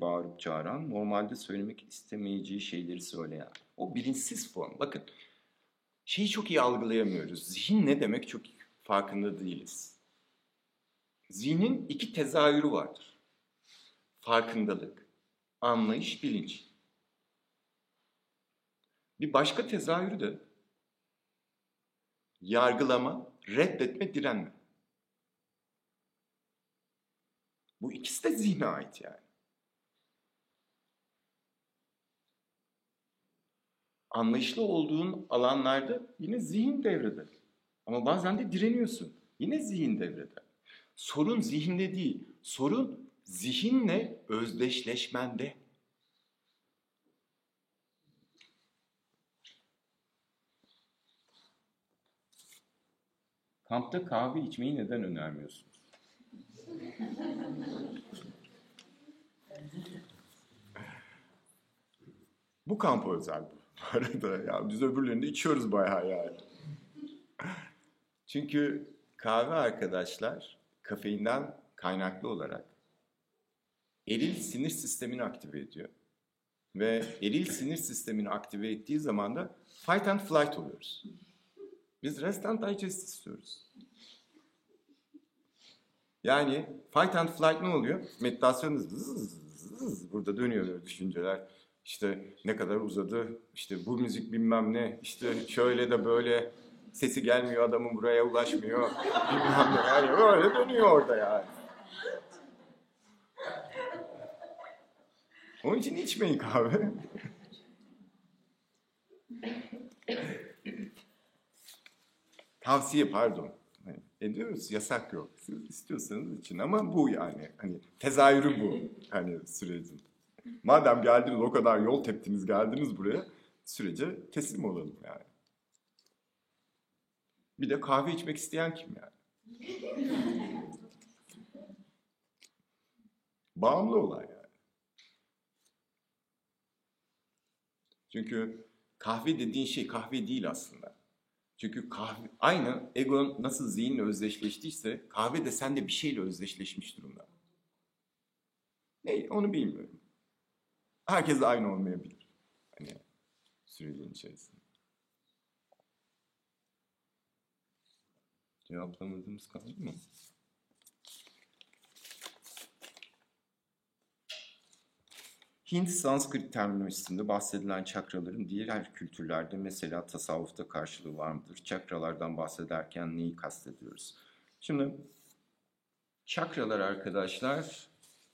gibi bağırıp çağıran, normalde söylemek istemeyeceği şeyleri söyleyen. O bilinçsiz form. Bakın, şeyi çok iyi algılayamıyoruz. Zihin ne demek çok farkında değiliz. Zihnin iki tezahürü vardır. Farkındalık, anlayış, bilinç. Bir başka tezahürü de yargılama, reddetme, direnme. Bu ikisi de zihne ait yani. Anlayışlı olduğun alanlarda yine zihin devrede. Ama bazen de direniyorsun. Yine zihin devrede. Sorun zihinde değil. Sorun zihinle özdeşleşmende. Kampta kahve içmeyi neden önermiyorsunuz? Bu kampa özel bu. Bu arada ya biz öbürlerinde içiyoruz bayağı yani. Çünkü kahve arkadaşlar kafeinden kaynaklı olarak eril sinir sistemini aktive ediyor. Ve eril sinir sistemini aktive ettiği zaman da fight and flight oluyoruz. Biz rest and digest istiyoruz. Yani fight and flight ne oluyor? Meditasyon burada dönüyor düşünceler. İşte ne kadar uzadı, işte bu müzik bilmem ne, işte şöyle de böyle sesi gelmiyor adamın buraya ulaşmıyor. Bilmem ne yani öyle dönüyor orada yani. Onun için içmeyin kahve. Tavsiye pardon. Ediyoruz, yasak yok. Siz istiyorsanız için ama bu yani. Hani tezahürü bu hani sürecin. Madem geldiniz o kadar yol teptiniz geldiniz buraya sürece teslim olalım yani. Bir de kahve içmek isteyen kim yani? Bağımlı olay yani. Çünkü kahve dediğin şey kahve değil aslında. Çünkü kahve, aynı ego nasıl zihinle özdeşleştiyse kahve de sende bir şeyle özdeşleşmiş durumda. Ne onu bilmiyorum. Herkes de aynı olmayabilir. Hani sürecin içerisinde. Cevaplamadığımız kaldı mı? Hint Sanskrit terminolojisinde bahsedilen çakraların diğer kültürlerde mesela tasavvufta karşılığı var mıdır? Çakralardan bahsederken neyi kastediyoruz? Şimdi çakralar arkadaşlar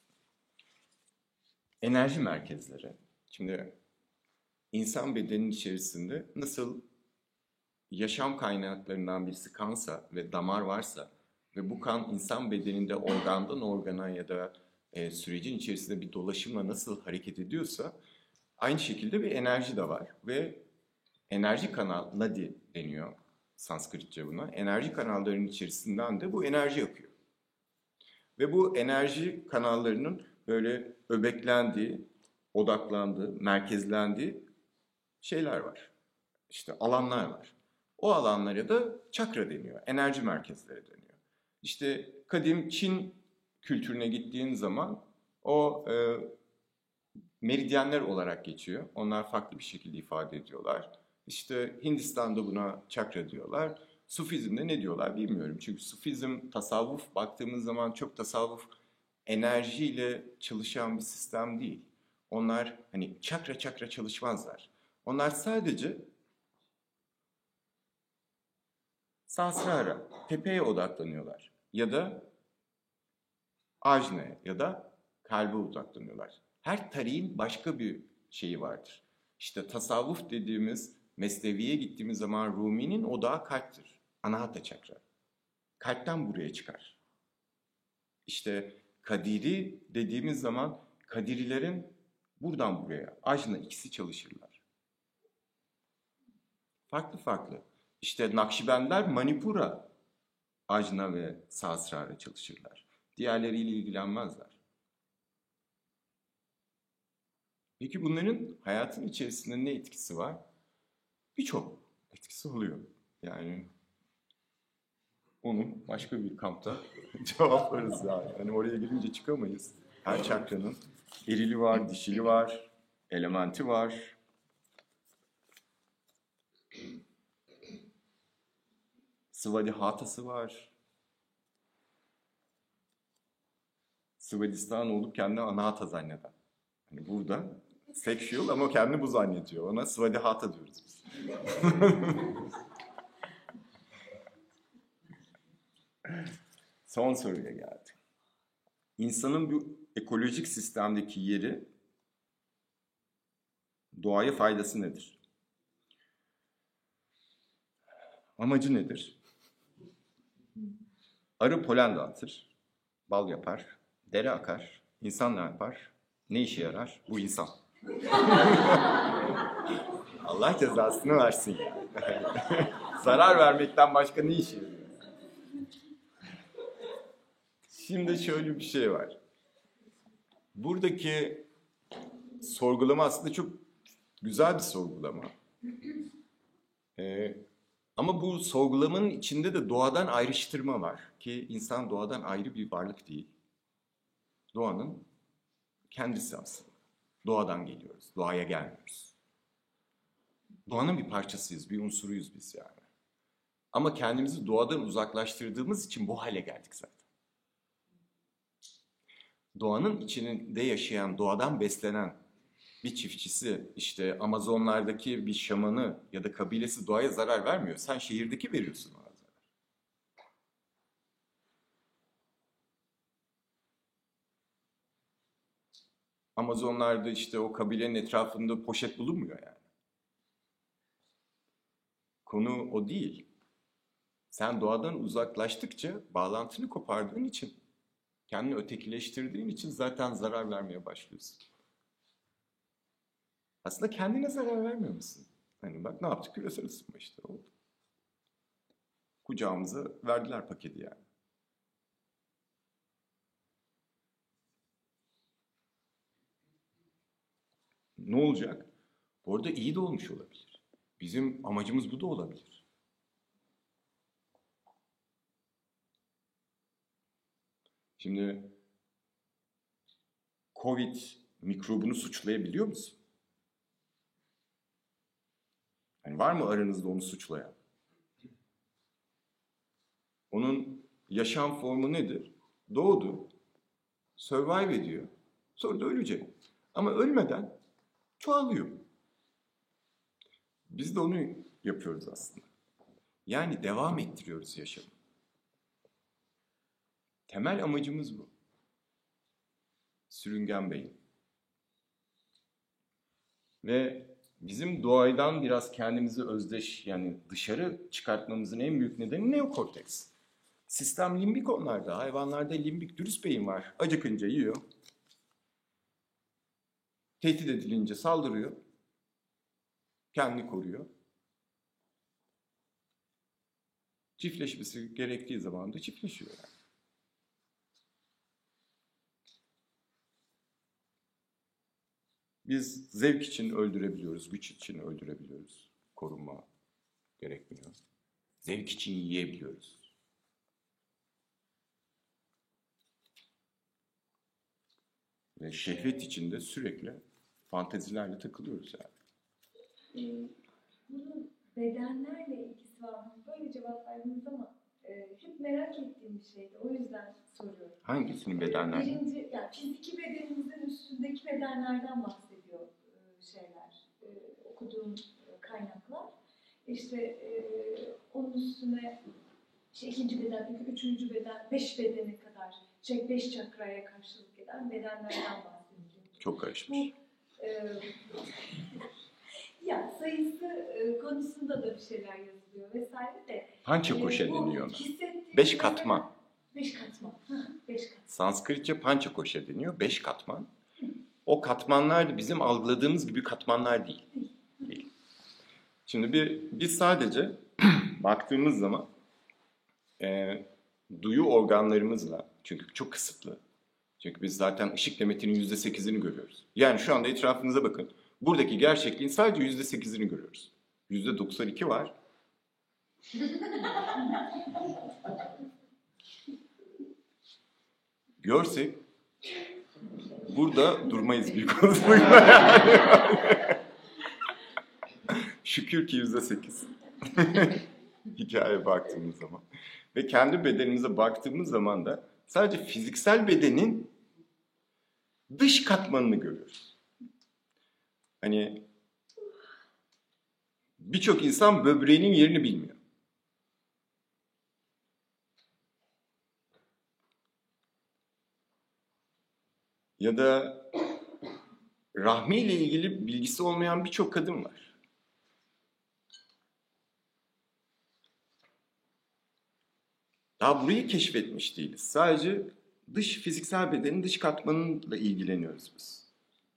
enerji merkezleri. Şimdi insan bedeninin içerisinde nasıl yaşam kaynaklarından birisi kansa ve damar varsa ve bu kan insan bedeninde organdan organa ya da sürecin içerisinde bir dolaşımla nasıl hareket ediyorsa aynı şekilde bir enerji de var ve enerji kanal nadi deniyor Sanskritçe buna. Enerji kanallarının içerisinden de bu enerji akıyor. Ve bu enerji kanallarının böyle öbeklendiği, odaklandığı, merkezlendiği şeyler var. İşte alanlar var. O alanlara da çakra deniyor, enerji merkezleri deniyor. İşte kadim Çin kültürüne gittiğin zaman o meridyenler olarak geçiyor. Onlar farklı bir şekilde ifade ediyorlar. İşte Hindistan'da buna çakra diyorlar. Sufizm'de ne diyorlar bilmiyorum. Çünkü Sufizm, tasavvuf baktığımız zaman çok tasavvuf enerjiyle çalışan bir sistem değil. Onlar hani çakra çakra çalışmazlar. Onlar sadece Sahasrara, tepeye odaklanıyorlar. Ya da Ajna'ya ya da kalbe odaklanıyorlar. Her tarihin başka bir şeyi vardır. İşte tasavvuf dediğimiz Mesnevi'ye gittiğimiz zaman Rumi'nin odağı kalptir. Anahata çakra. Kalpten buraya çıkar. İşte Kadiri dediğimiz zaman Kadirilerin buradan buraya, Ajna ikisi çalışırlar. Farklı farklı. İşte Nakşibendler Manipura, Ajna ve Sahasrara çalışırlar. Diğerleriyle ilgilenmezler. Peki bunların hayatın içerisinde ne etkisi var? Birçok etkisi oluyor. Yani onu başka bir kampta cevaplarız yani. Hani oraya girince çıkamayız. Her çakranın erili var, dişili var, elementi var. Svadhyatası var. Svadhisthana olup kendini anahata zanneden. Hani burada sexual ama kendini bu zannediyor. Ona svadhyata diyoruz biz. Son soruya geldik. İnsanın bu ekolojik sistemdeki yeri, doğaya faydası nedir? Amacı nedir? Arı polen dağıtır, bal yapar, dere akar, insan ne yapar? Ne işe yarar? Bu insan. Allah cezasını versin ya. Zarar vermekten başka ne işe yarıyor? Şimdi şöyle bir şey var. Buradaki sorgulama aslında çok güzel bir sorgulama. Ama bu sorgulamanın içinde de doğadan ayrıştırma var. Ki insan doğadan ayrı bir varlık değil. Doğanın kendisi aslında. Doğadan geliyoruz, doğaya gelmiyoruz. Doğanın bir parçasıyız, bir unsuruyuz biz yani. Ama kendimizi doğadan uzaklaştırdığımız için bu hale geldik zaten. Doğanın içinde yaşayan, doğadan beslenen bir çiftçisi, işte Amazonlardaki bir şamanı ya da kabilesi doğaya zarar vermiyor. Sen şehirdeki veriyorsun ona zarar. Amazonlarda işte o kabilenin etrafında poşet bulunmuyor yani. Konu o değil. Sen doğadan uzaklaştıkça bağlantını kopardığın için, kendini ötekileştirdiğin için zaten zarar vermeye başlıyorsun. Aslında kendine zarar vermiyor musun? Hani bak ne yaptık? Küresel ısınma işte oldu. Kucağımıza verdiler paketi yani. Ne olacak? Orada iyi de olmuş olabilir. Bizim amacımız bu da olabilir. Şimdi Covid mikrobunu suçlayabiliyor musun? Yani var mı aranızda onu suçlayan? Onun yaşam formu nedir? Doğdu, survive ediyor, sonra da ölecek. Ama ölmeden çoğalıyor. Biz de onu yapıyoruz aslında. Yani devam ettiriyoruz yaşamı. Temel amacımız bu. Sürüngen beyin. Ve bizim doğaydan biraz kendimizi yani dışarı çıkartmamızın en büyük nedeni neokorteks. Sistem limbik onlarda. Hayvanlarda limbik dürüst beyin var. Acıkınca yiyor. Tehdit edilince saldırıyor. Kendini koruyor. Çiftleşmesi gerektiği zaman da çiftleşiyor yani. Biz zevk için öldürebiliyoruz, güç için öldürebiliyoruz. Korunma gerekmiyor. Zevk için yiyebiliyoruz. Ve şehvet içinde sürekli fantezilerle takılıyoruz yani. Bunun bedenlerle ilgisi var mı? Böyle cevap verdiniz ama hep merak ettiğim bir şeydi. O yüzden soruyorum. Hangisinin bedenlerle? Birinci, yani fiziki bedenimizin üstündeki bedenlerden bahsediyor şeyler, okuduğum kaynaklar. İşte onun üstüne ikinci beden, üçüncü beden, 5 bedene kadar, 5 çakraya karşılık eden bedenlerden bahsediyor. Çok karışmış. Ya sayısı konusunda da bir şeyler yazılıyor vesaire de. Pançakoşa deniyor ona. 5 katman. 5 katman. 5 katman. Sanskritçe pançakoşa deniyor. 5 katman. O katmanlar da bizim algıladığımız gibi katmanlar değil. Şimdi biz sadece baktığımız zaman duyu organlarımızla, çünkü çok kısıtlı. Çünkü biz zaten ışık demetinin %8'ini görüyoruz. Yani şu anda etrafınıza bakın. Buradaki gerçekliğin sadece %8'ini görüyoruz. %92 var. Görsek burada durmayız büyük olasılıkla yani. Şükür ki %8. Hikayeye baktığımız zaman. Ve kendi bedenimize baktığımız zaman da sadece fiziksel bedenin dış katmanını görüyoruz. Hani birçok insan böbreğinin yerini bilmiyor. Ya da rahmiyle ilgili bilgisi olmayan birçok kadın var. Daha burayı keşfetmiş değiliz. Sadece dış fiziksel bedenin dış katmanıyla ilgileniyoruz biz.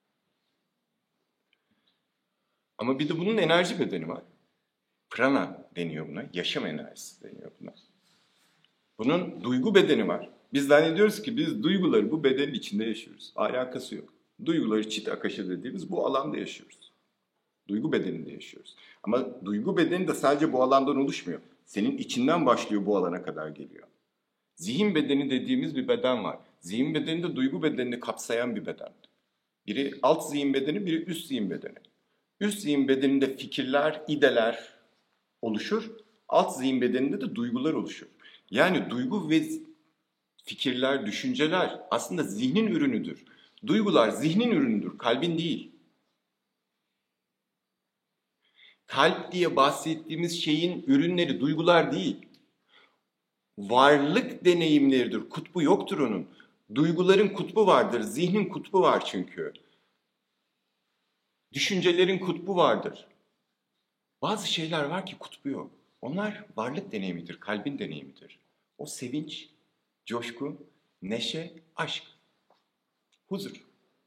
Ama bir de bunun enerji bedeni var. Prana deniyor buna. Yaşam enerjisi deniyor buna. Bunun duygu bedeni var. Biz zannediyoruz ki biz duyguları bu bedenin içinde yaşıyoruz. Alakası yok. Duyguları çit akışı dediğimiz bu alanda yaşıyoruz. Duygu bedeninde yaşıyoruz. Ama duygu bedeni de sadece bu alandan oluşmuyor. Senin içinden başlıyor, bu alana kadar geliyor. Zihin bedeni dediğimiz bir beden var. Zihin bedeni de duygu bedenini kapsayan bir beden. Biri alt zihin bedeni, biri üst zihin bedeni. Üst zihin bedeninde fikirler, ideler oluşur. Alt zihin bedeninde de duygular oluşur. Yani duygu ve fikirler, düşünceler aslında zihnin ürünüdür. Duygular zihnin ürünüdür, kalbin değil. Kalp diye bahsettiğimiz şeyin ürünleri duygular değil. Varlık deneyimleridir. Kutbu yoktur onun. Duyguların kutbu vardır. Zihnin kutbu var çünkü. Düşüncelerin kutbu vardır. Bazı şeyler var ki kutbu yok. Onlar varlık deneyimidir, kalbin deneyimidir. O sevinç, coşku, neşe, aşk, huzur.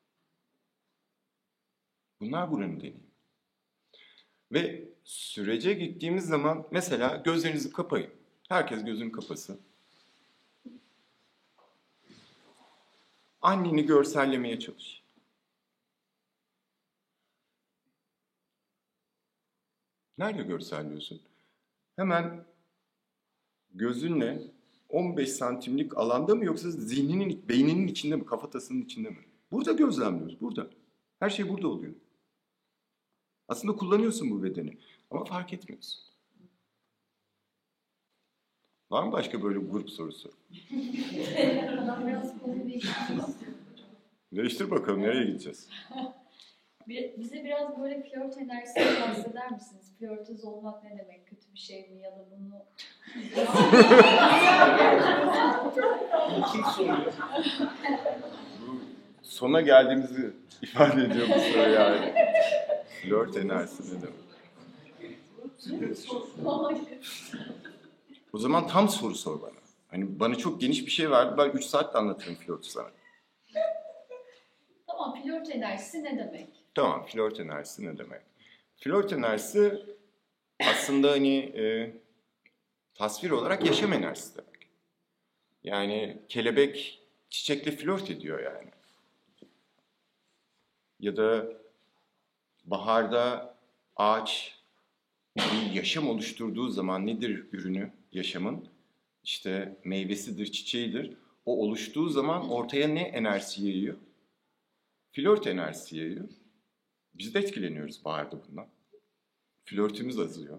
Bunlar buranın deneyimi. Ve sürece gittiğimiz zaman mesela gözlerinizi kapayın. Herkes gözünü kapasın. Anneni görsellemeye çalış. Nerede görselliyorsun? Hemen gözünle 15 santimlik alanda mı yoksa zihninin, beyninin içinde mi, kafatasının içinde mi? Burada gözlemliyoruz, burada. Her şey burada oluyor. Aslında kullanıyorsun bu bedeni ama fark etmiyorsun. Var mı başka böyle grup sorusu? Değiştir bakalım, nereye gideceğiz? Bize biraz böyle flört enerjisinden bahseder misiniz? Flörtöz olmak ne demek? Kötü bir şey mi? Ya da bunu... Bu sona geldiğimizi ifade ediyor bu soru yani. Flört enerjisi ne demek? O zaman tam soru sor bana. Hani bana çok geniş bir şey verdi. Ben 3 saatte anlatırım flörtü sana. Tamam, flört enerjisi ne demek? Tamam, flört enerjisi ne demek? Flört enerjisi aslında hani tasvir olarak yaşam enerjisi demek. Yani kelebek çiçekle flört ediyor yani. Ya da baharda ağaç bir yaşam oluşturduğu zaman nedir ürünü yaşamın? İşte meyvesidir, çiçeğidir. O oluştuğu zaman ortaya ne enerjisi yayıyor? Flört enerjisi yayıyor. Biz de etkileniyoruz baharda bundan. Flörtümüz azıyor.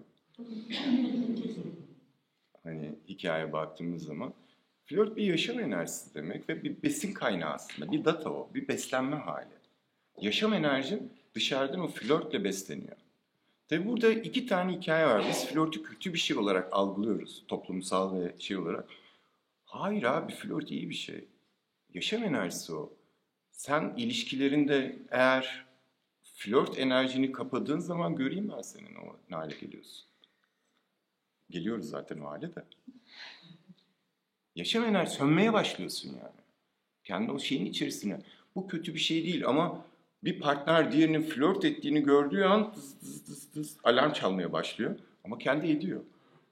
Hani hikayeye baktığımız zaman. Flört bir yaşam enerjisi demek ve bir besin kaynağı aslında. Bir data o, bir beslenme hali. Yaşam enerjin dışarıdan o flörtle besleniyor. Tabi burada 2 tane hikaye var. Biz flörtü kötü bir şey olarak algılıyoruz. Toplumsal ve şey olarak. Hayır abi, flört iyi bir şey. Yaşam enerjisi o. Sen ilişkilerinde eğer flört enerjini kapadığın zaman göreyim ben senin o hale geliyorsun. Geliyoruz zaten o hale de. Yaşam enerjisi, sönmeye başlıyorsun yani. Kendi o şeyin içerisine. Bu kötü bir şey değil ama bir partner diğerinin flört ettiğini gördüğü an tıs tıs tıs tıs alarm çalmaya başlıyor. Ama kendi ediyor.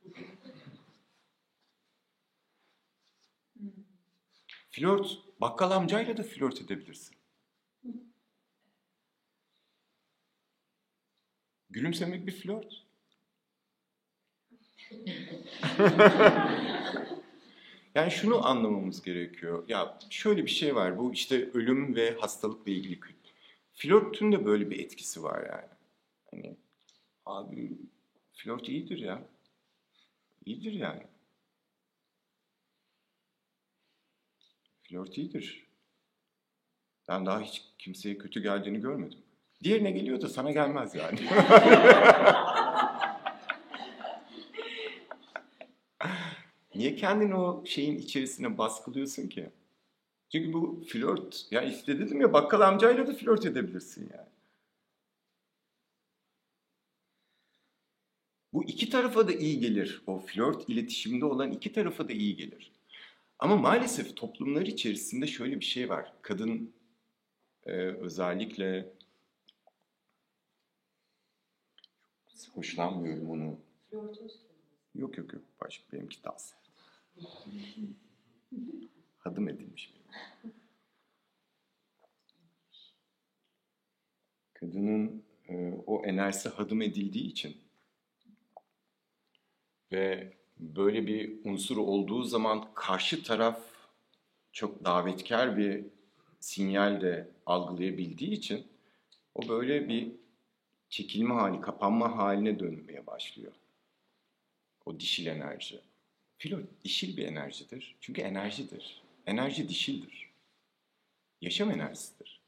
Flört, bakkal amcayla da flört edebilirsin. Gülümsemek bir flört. Yani şunu anlamamız gerekiyor. Ya şöyle bir şey var. Bu işte ölüm ve hastalıkla ilgili kült. Flörtün de böyle bir etkisi var yani. Hani abi flört iyidir ya. İyidir yani. Flört iyidir. Ben daha hiç kimseye kötü geldiğini görmedim. Diğerine geliyor da sana gelmez yani. Niye kendini o şeyin içerisine baskılıyorsun ki? Çünkü bu flört. Ya işte dedim ya bakkal amcayla da flört edebilirsin yani. Bu iki tarafa da iyi gelir. O flört iletişimde olan iki tarafa da iyi gelir. Ama maalesef toplumlar içerisinde şöyle bir şey var. Kadın özellikle hoşlanmıyorum onu. Yok yok yok. Başka benimki daha sert. Hadım edilmiş benim. Kadının o enerjisi hadım edildiği için ve böyle bir unsur olduğu zaman karşı taraf çok davetkar bir sinyal de algılayabildiği için o böyle bir çekilme hali, kapanma haline dönmeye başlıyor. O dişil enerji. Flört dişil bir enerjidir. Çünkü enerjidir. Enerji dişildir. Yaşam enerjisidir.